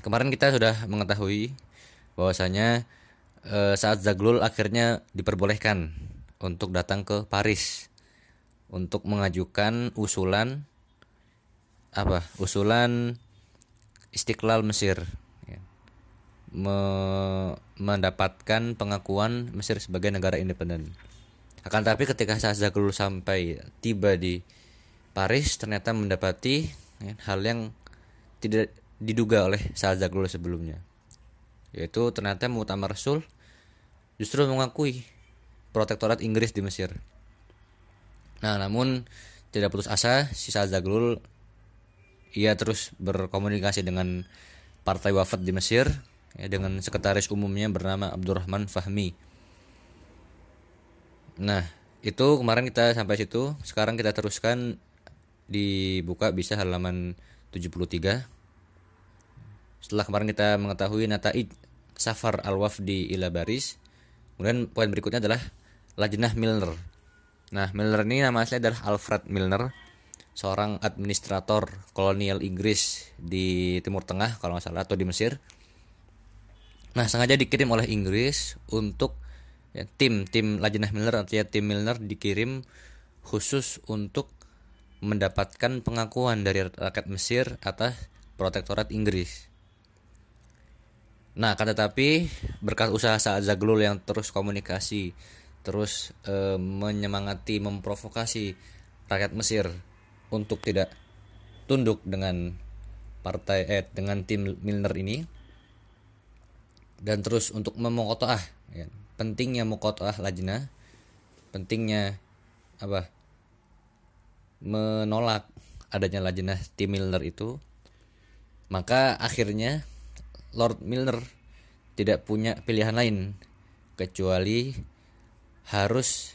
kemarin kita sudah mengetahui bahwasanya saat Zaglul akhirnya diperbolehkan untuk datang ke Paris untuk mengajukan usulan Istiqlal Mesir, ya. Mendapatkan pengakuan Mesir sebagai negara independen. Akan tapi ketika saat Zaglul sampai tiba di Paris, ternyata mendapati hal yang tidak diduga oleh saat Zaglul sebelumnya, yaitu ternyata Muktamar Rasul justru mengakui protektorat Inggris di Mesir. Nah, namun tidak putus asa, si Saad Zaglul ia terus berkomunikasi dengan Partai Wafd di Mesir, ya, dengan sekretaris umumnya bernama Abdurrahman Fahmi. Nah, itu kemarin kita sampai situ. Sekarang kita teruskan, dibuka bisa halaman 73. Setelah kemarin kita mengetahui nataij Safar al-Wafdi ila Baris, kemudian poin berikutnya adalah Lajnah Milner. Nah, Milner ini nama aslinya adalah Alfred Milner, seorang administrator kolonial Inggris di Timur Tengah kalau nggak salah, atau di Mesir. Nah, sengaja dikirim oleh Inggris untuk tim Lajnah Milner, artinya tim Milner dikirim khusus untuk mendapatkan pengakuan dari rakyat Mesir atas protektorat Inggris. Nah, kan tetapi berkat usaha Saad Zaglul yang terus komunikasi, terus menyemangati, memprovokasi rakyat Mesir untuk tidak tunduk dengan dengan tim Milner ini, dan terus untuk memuqatta'ah, ya, pentingnya muqatta'ah lajnah, pentingnya menolak adanya lajnah tim Milner itu. Maka akhirnya Lord Milner tidak punya pilihan lain kecuali harus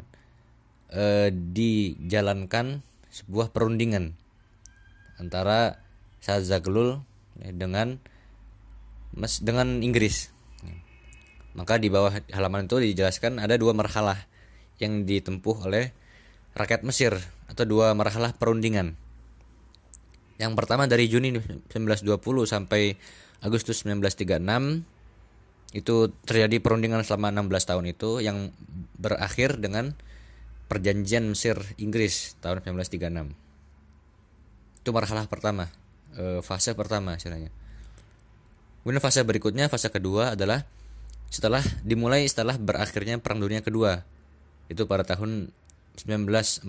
dijalankan sebuah perundingan antara Saad Zaglul dengan Inggris. Maka di bawah halaman itu dijelaskan ada dua marhalah yang ditempuh oleh rakyat Mesir, atau dua marhalah perundingan. Yang pertama dari Juni 1920 sampai Agustus 1936 itu terjadi perundingan selama 16 tahun itu, yang berakhir dengan perjanjian Mesir Inggris tahun 1936. Itu marhalah pertama, fase pertama istilahnya. Kemudian fase berikutnya, fase kedua adalah setelah berakhirnya Perang Dunia Kedua, itu pada tahun 1946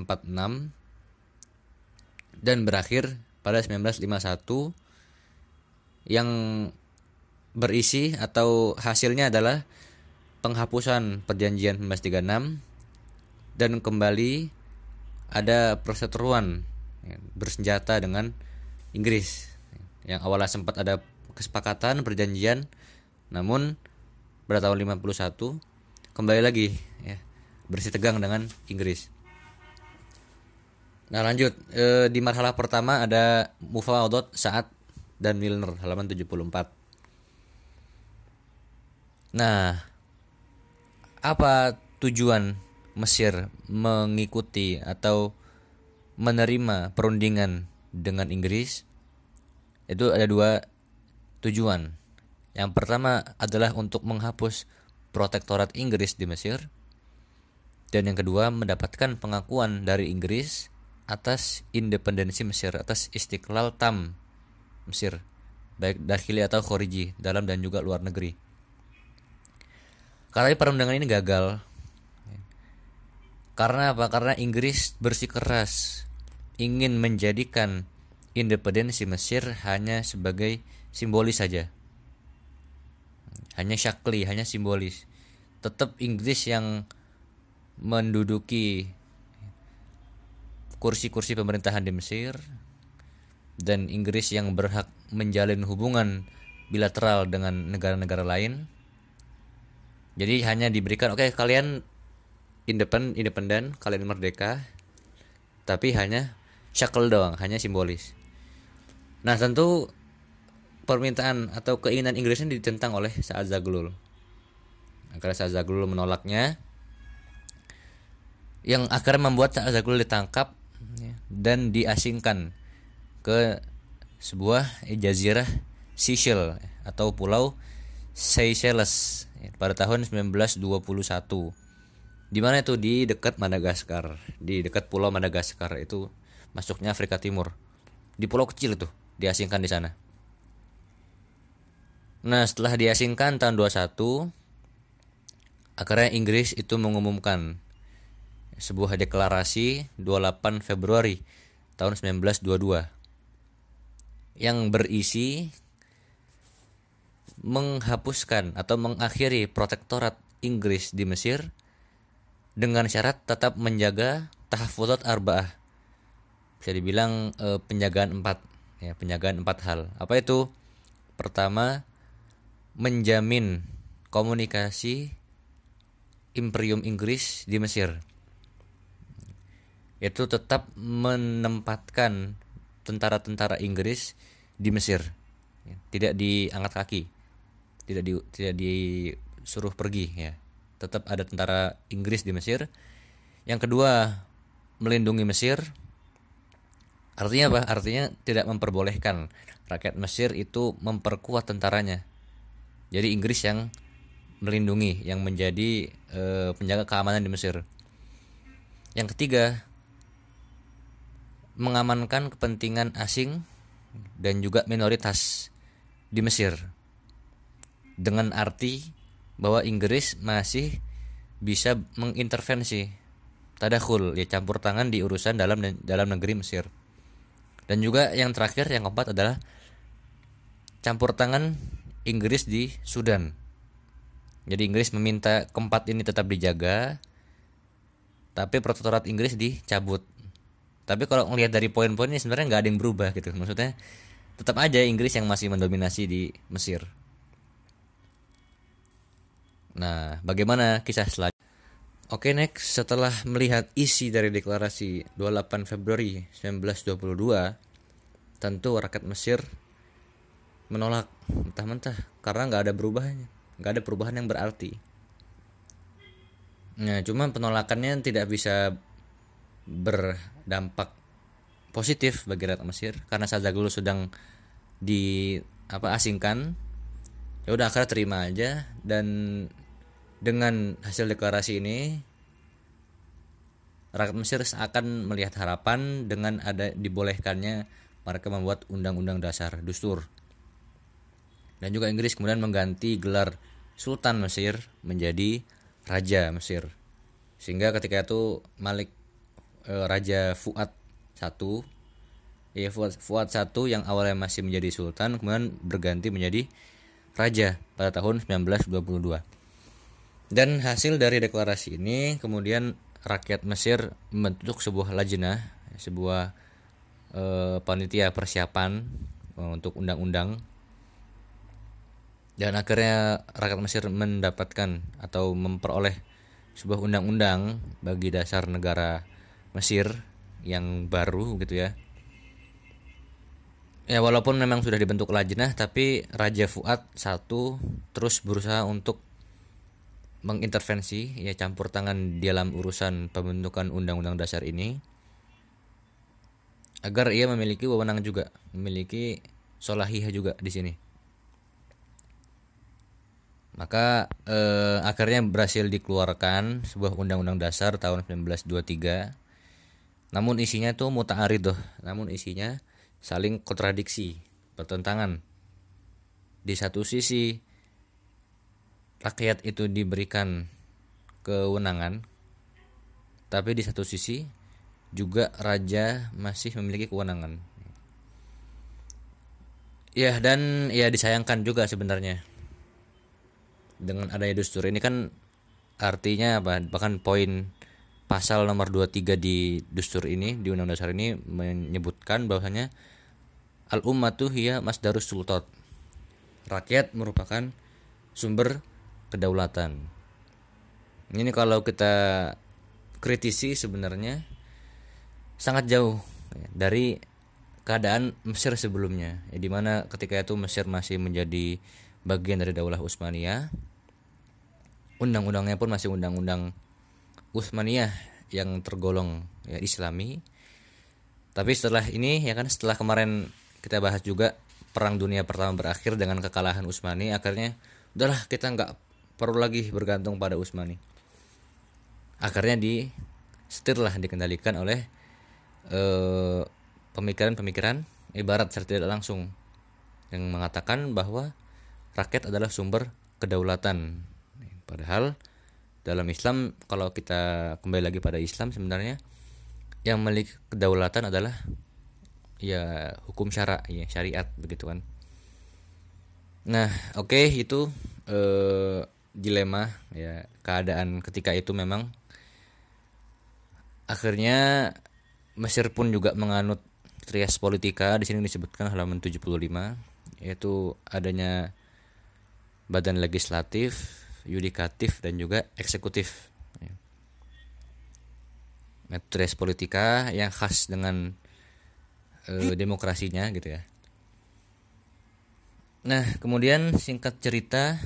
dan berakhir pada 1951, yang berisi atau hasilnya adalah penghapusan perjanjian 1936 dan kembali ada perseteruan bersenjata dengan Inggris. Yang awalnya sempat ada kesepakatan perjanjian, namun pada tahun 51 kembali lagi, ya, bersih tegang dengan Inggris. Nah, lanjut, di marhalah pertama ada Mufawadat Saad dan Milner, halaman 74. Nah, apa tujuan Mesir mengikuti atau menerima perundingan dengan Inggris? Itu ada dua tujuan. Yang pertama adalah untuk menghapus protektorat Inggris di Mesir, dan yang kedua mendapatkan pengakuan dari Inggris atas independensi Mesir, atas istiqlal tam Mesir, baik dakhili atau khariji, dalam dan juga luar negeri. Karena perundingan ini gagal. Karena apa? Karena Inggris bersikeras ingin menjadikan independensi Mesir hanya sebagai simbolis saja, hanya syakli, hanya simbolis. Tetap Inggris yang menduduki kursi-kursi pemerintahan di Mesir, dan Inggris yang berhak menjalin hubungan bilateral dengan negara-negara lain. Jadi hanya diberikan, oke, kalian independen, kalian merdeka, tapi hanya syakl doang, hanya simbolis. Nah, tentu permintaan atau keinginan Inggris ini ditentang oleh Saad Zaglul. Karena Saad Zaglul menolaknya, yang akhirnya membuat Saad Zaglul ditangkap dan diasingkan ke sebuah jazirah Seychelles atau Pulau Seychelles pada tahun 1921. Di mana itu? Di dekat Madagaskar, di dekat Pulau Madagaskar itu masuknya Afrika Timur. Di pulau kecil itu diasingkan di sana. Nah, setelah diasingkan tahun 21, akhirnya Inggris itu mengumumkan sebuah deklarasi 28 Februari tahun 1922 yang berisi menghapuskan atau mengakhiri protektorat Inggris di Mesir dengan syarat tetap menjaga tahaffudzat arba'ah. Bisa dibilang penjagaan 4 ya, penjagaan 4 hal. Apa itu? Pertama, menjamin komunikasi Imperium Inggris di Mesir. Itu tetap menempatkan tentara-tentara Inggris di Mesir. Tidak diangkat kaki. Tidak disuruh pergi ya. Tetap ada tentara Inggris di Mesir. Yang kedua, melindungi Mesir. Artinya apa? Artinya tidak memperbolehkan rakyat Mesir itu memperkuat tentaranya. Jadi Inggris yang melindungi, yang menjadi penjaga keamanan di Mesir. Yang ketiga, mengamankan kepentingan asing dan juga minoritas di Mesir. Dengan arti bahwa Inggris masih bisa mengintervensi, tadakhul, ya campur tangan di urusan dalam negeri Mesir. Dan juga yang terakhir, yang keempat adalah campur tangan Inggris di Sudan. Jadi Inggris meminta keempat ini tetap dijaga, tapi protektorat Inggris dicabut. Tapi kalau melihat dari poin-poin ini sebenarnya nggak ada yang berubah gitu. Maksudnya tetap aja Inggris yang masih mendominasi di Mesir. Nah, bagaimana kisah selanjutnya? Oke, next, setelah melihat isi dari deklarasi 28 Februari 1922, tentu rakyat Mesir menolak mentah-mentah karena nggak ada perubahan yang berarti. Nah, cuma penolakannya tidak bisa berdampak positif bagi rakyat Mesir karena saat dulu sedang asingkan. Ya udah, akhirnya terima aja. Dan dengan hasil deklarasi ini, rakyat Mesir akan melihat harapan dengan ada dibolehkannya mereka membuat undang-undang dasar, dustur. Dan juga Inggris kemudian mengganti gelar Sultan Mesir menjadi Raja Mesir. Sehingga ketika itu Raja Fuad I yang awalnya masih menjadi sultan kemudian berganti menjadi raja pada tahun 1922. Dan hasil dari deklarasi ini kemudian rakyat Mesir membentuk sebuah lajnah, sebuah panitia persiapan untuk undang-undang. Dan akhirnya rakyat Mesir mendapatkan atau memperoleh sebuah undang-undang bagi dasar negara Mesir yang baru gitu ya. Ya, walaupun memang sudah dibentuk lajnah, tapi Raja Fuad I terus berusaha untuk mengintervensi, ya campur tangan dalam urusan pembentukan undang-undang dasar ini agar ia memiliki wewenang juga, memiliki sholahiyah juga di sini. Maka akhirnya berhasil dikeluarkan sebuah undang-undang dasar tahun 1923. Namun isinya tuh muta'aridh, namun isinya saling kontradiksi, bertentangan. Di satu sisi rakyat itu diberikan kewenangan, tapi di satu sisi juga raja masih memiliki kewenangan. Ya, dan ya disayangkan juga sebenarnya dengan adanya dustur ini. Kan artinya apa? Bahkan poin pasal nomor 23 di dustur ini, di undang dasar ini menyebutkan bahwasanya al-ummatu hiya masdarus sultat. Rakyat merupakan sumber kedaulatan. Ini kalau kita kritisi sebenarnya sangat jauh dari keadaan Mesir sebelumnya, ya, di mana ketika itu Mesir masih menjadi bagian dari Daulah Utsmaniyah. Undang-undangnya pun masih undang-undang Utsmaniyah yang tergolong Islami. Tapi setelah ini, ya kan, setelah kemarin kita bahas juga Perang Dunia Pertama berakhir dengan kekalahan Utsmani, akhirnya udahlah kita nggak perlu lagi bergantung pada Utsmani. Akhirnya dikendalikan oleh pemikiran-pemikiran ibarat secara tidak langsung yang mengatakan bahwa rakyat adalah sumber kedaulatan. Padahal dalam Islam, kalau kita kembali lagi pada Islam, sebenarnya yang memiliki kedaulatan adalah ya hukum syara, ya syariat begitu kan. Nah, oke, itu dilema ya, keadaan ketika itu memang akhirnya Mesir pun juga menganut trias politika. Di sini disebutkan halaman 75, yaitu adanya badan legislatif, yudikatif, dan juga eksekutif. Trias politika yang khas dengan demokrasinya gitu ya. Nah, kemudian singkat cerita,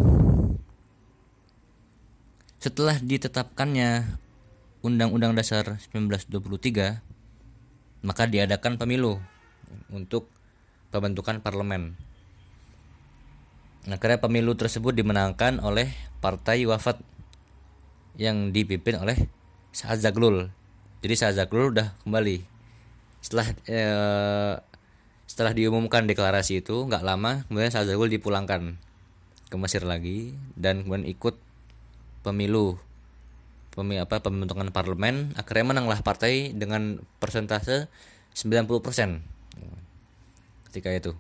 setelah ditetapkannya Undang-Undang Dasar 1923, maka diadakan pemilu untuk pembentukan parlemen. Nah, karena pemilu tersebut dimenangkan oleh Partai Wafat yang dipimpin oleh Saad Zaghloul. Jadi Saad Zaghloul udah kembali setelah diumumkan deklarasi itu, nggak lama kemudian Saad Zaghloul dipulangkan ke Mesir lagi dan kemudian ikut pembentukan parlemen. Akhirnya menanglah partai dengan persentase 90% ketika itu.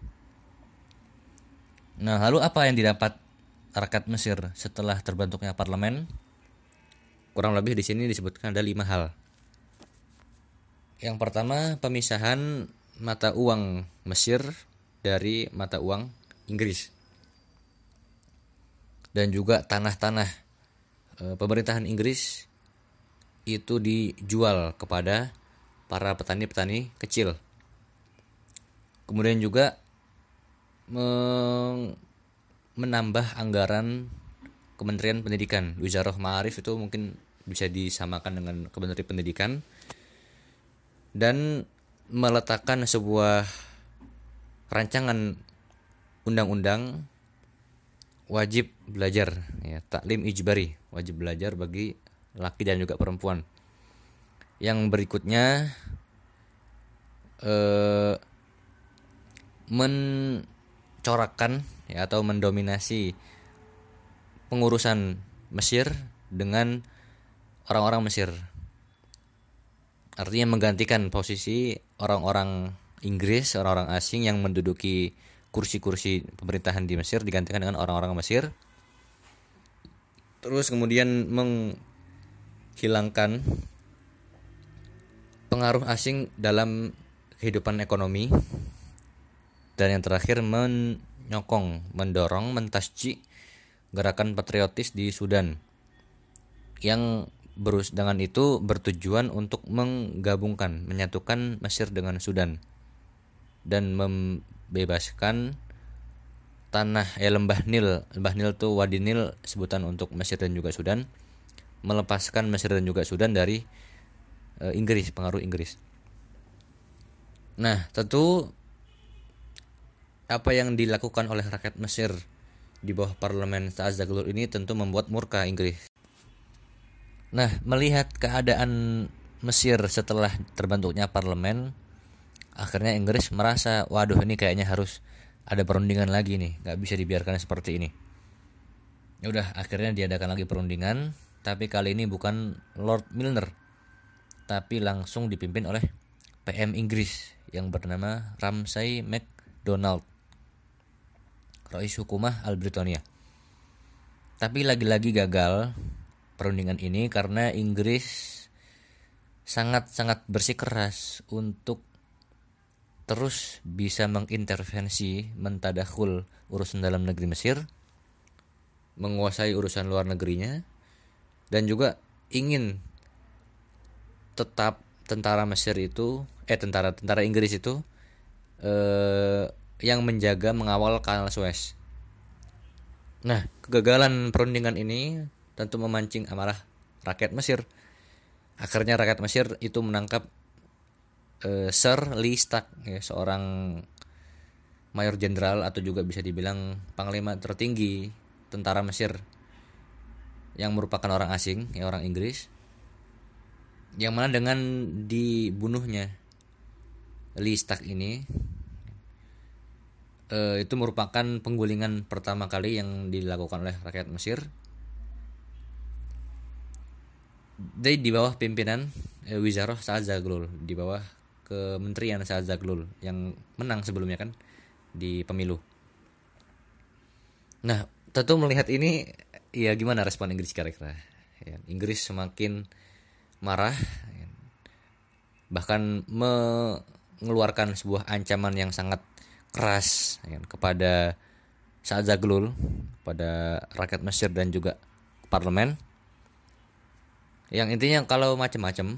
Nah, lalu apa yang didapat rakyat Mesir setelah terbentuknya parlemen? Kurang lebih di sini disebutkan ada 5 hal. Yang pertama, pemisahan mata uang Mesir dari mata uang Inggris. Dan juga tanah-tanah pemerintahan Inggris itu dijual kepada para petani-petani kecil. Kemudian juga menambah anggaran Kementerian Pendidikan. Wizarah Ma'arif itu mungkin bisa disamakan dengan Kementerian Pendidikan, dan meletakkan sebuah rancangan undang-undang wajib belajar, ya, taklim ijbari, wajib belajar bagi laki dan juga perempuan. Yang berikutnya mencorakkan ya, atau mendominasi pengurusan Mesir dengan orang-orang Mesir. Artinya menggantikan posisi orang-orang Inggris, orang-orang asing yang menduduki kursi-kursi pemerintahan di Mesir digantikan dengan orang-orang Mesir. Terus kemudian menghilangkan pengaruh asing dalam kehidupan ekonomi. Dan yang terakhir mendorong, mentasjik gerakan patriotis di Sudan, yang dengan itu bertujuan untuk menyatukan Mesir dengan Sudan dan membebaskan tanah Lembah Nil. Lembah Nil itu Wadi Nil, sebutan untuk Mesir dan juga Sudan, melepaskan Mesir dan juga Sudan dari Inggris, pengaruh Inggris. Nah, tentu apa yang dilakukan oleh rakyat Mesir di bawah parlemen Saad Zaghloul ini tentu membuat murka Inggris. Nah, melihat keadaan Mesir setelah terbentuknya parlemen, akhirnya Inggris merasa, waduh, ini kayaknya harus ada perundingan lagi nih, nggak bisa dibiarkan seperti ini. Ya udah, akhirnya diadakan lagi perundingan, tapi kali ini bukan Lord Milner, tapi langsung dipimpin oleh PM Inggris yang bernama Ramsay MacDonald, Rais Hukumah Al-Britania. Tapi lagi-lagi gagal perundingan ini karena Inggris sangat-sangat bersikeras untuk terus bisa mengintervensi, mentadakhul urusan dalam negeri Mesir, menguasai urusan luar negerinya, dan juga ingin tetap tentara Inggris itu yang menjaga, mengawal Kanal Suez. Nah, kegagalan perundingan ini tentu memancing amarah rakyat Mesir. Akhirnya rakyat Mesir itu menangkap Sir Lee Stark, ya, seorang mayor jenderal atau juga bisa dibilang panglima tertinggi tentara Mesir yang merupakan orang asing, ya orang Inggris, yang mana dengan dibunuhnya Lee Stark ini itu merupakan penggulingan pertama kali yang dilakukan oleh rakyat Mesir di bawah pimpinan Wizarah Saad Zaghloul, di bawah kementerian Saad Zaghloul yang menang sebelumnya kan di pemilu. Nah, tentu melihat ini ya gimana respon Inggris kira-kira? Ya, Inggris semakin marah, ya, bahkan mengeluarkan sebuah ancaman yang sangat keras ya, kepada Saad Zaghloul, pada rakyat Mesir dan juga parlemen. Yang intinya kalau macam-macam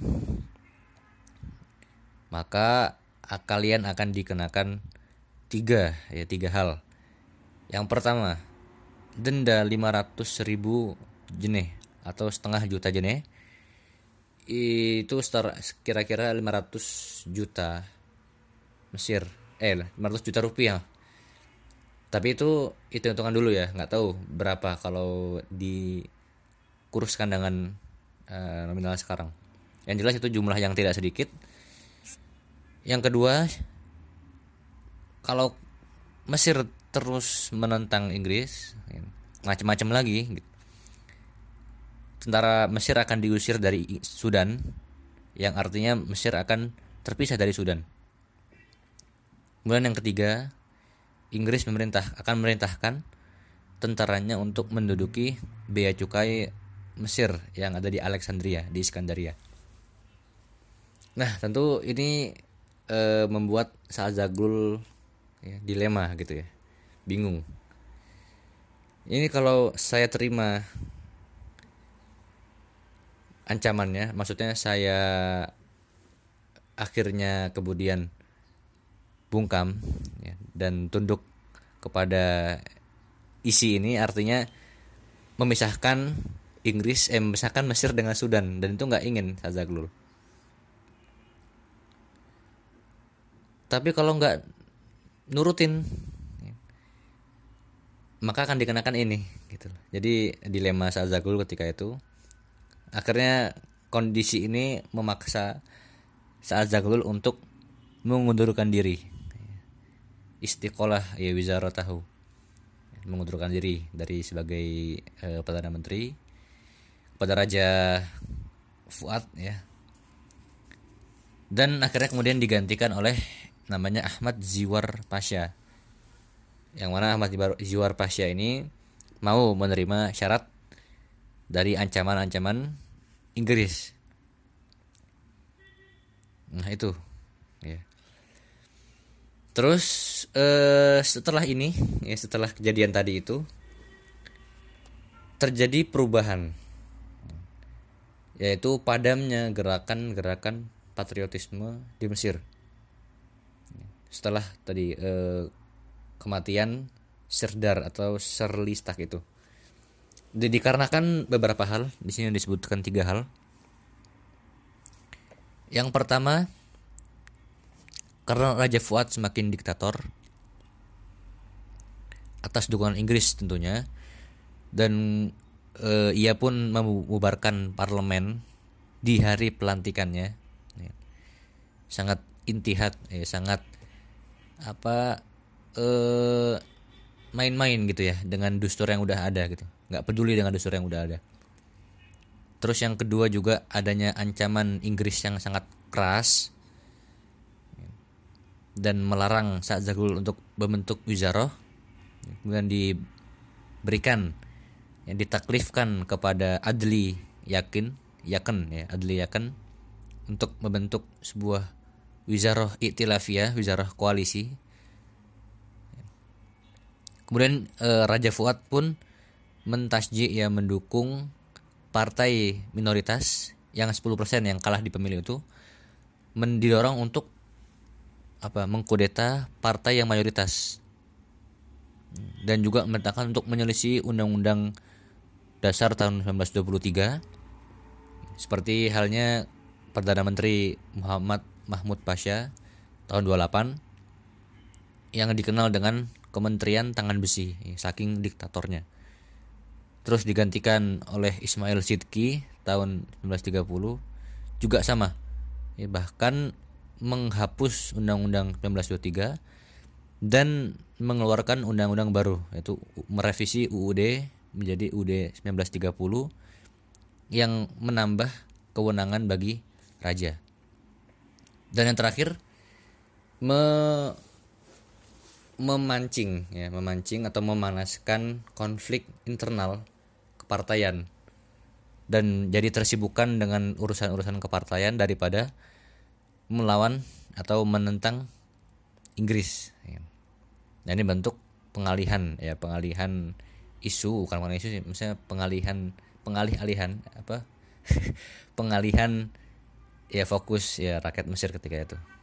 maka kalian akan dikenakan tiga hal. Yang pertama, denda 500.000 jeneh atau setengah juta jeneh, itu kira-kira 500 juta Mesir, 500 juta rupiah. Tapi itu hitungan dulu ya, nggak tahu berapa kalau dikuruskan dengan nominal sekarang. Yang jelas itu jumlah yang tidak sedikit. Yang kedua, kalau Mesir terus menentang Inggris, macam-macam lagi, tentara Mesir akan diusir dari Sudan, yang artinya Mesir akan terpisah dari Sudan. Kemudian yang ketiga, Inggris akan memerintahkan tentaranya untuk menduduki bea cukai Mesir yang ada di Alexandria, di Iskandaria. Nah, tentu ini membuat Saad Zaghloul ya, dilema gitu ya, bingung. Ini kalau saya terima ancamannya, maksudnya saya akhirnya kemudian bungkam ya, dan tunduk kepada isi ini, artinya memisahkan memisahkan Mesir dengan Sudan, dan itu nggak ingin Saad Zaghloul. Tapi kalau nggak nurutin, maka akan dikenakan ini, gitu. Jadi dilema Saad Zaghloul ketika itu. Akhirnya kondisi ini memaksa Saad Zaghloul untuk mengundurkan diri, istiqolah ya wizaratahu, mengundurkan diri dari sebagai perdana menteri pada Raja Fuad ya. Dan akhirnya kemudian digantikan oleh namanya Ahmad Ziwar Pasha. Yang mana Ahmad Ziwar Pasha ini mau menerima syarat dari ancaman-ancaman Inggris. Nah, itu ya. Terus setelah ini ya, setelah kejadian tadi itu terjadi perubahan, yaitu padamnya gerakan-gerakan patriotisme di Mesir setelah tadi kematian Sirdar atau Sir Lee Stark itu. Dikarenakan beberapa hal, di sini disebutkan 3 hal. Yang pertama, karena Raja Fuad semakin diktator atas dukungan Inggris tentunya, dan ia pun membubarkan parlemen di hari pelantikannya, ya. Sangat intihad, sangat main-main gitu ya dengan dustur yang udah ada gitu, nggak peduli dengan dustur yang udah ada. Terus yang kedua juga adanya ancaman Inggris yang sangat keras dan melarang Saad Zaghloul untuk membentuk wizarah, kemudian diberikan yang ditaklifkan kepada Adli Yakin untuk membentuk sebuah wizarah iktilafiyah, wizarah koalisi. Kemudian Raja Fuad pun mentasjik ya, mendukung partai minoritas yang 10% yang kalah di pemilu itu, mendorong untuk mengkudeta partai yang mayoritas, dan juga memerintahkan untuk menyelisih Undang-Undang Dasar tahun 1923, seperti halnya Perdana Menteri Muhammad Mahmud Pasha tahun 28. yang dikenal dengan Kementerian Tangan Besi, saking diktatornya. Terus digantikan oleh Ismail Sidki tahun 1930, juga sama. Bahkan menghapus Undang-Undang 1923 dan mengeluarkan undang-undang baru, yaitu merevisi UUD menjadi UUD 1930 yang menambah kewenangan bagi raja. Dan yang terakhir, memancing atau memanaskan konflik internal kepartaian dan jadi tersibukkan dengan urusan-urusan kepartaian daripada melawan atau menentang Inggris. Nah, ini bentuk pengalihan isu, bukan pengalihan isu sih, misalnya pengalih-alihan pengalihan fokus rakyat Mesir ketika itu.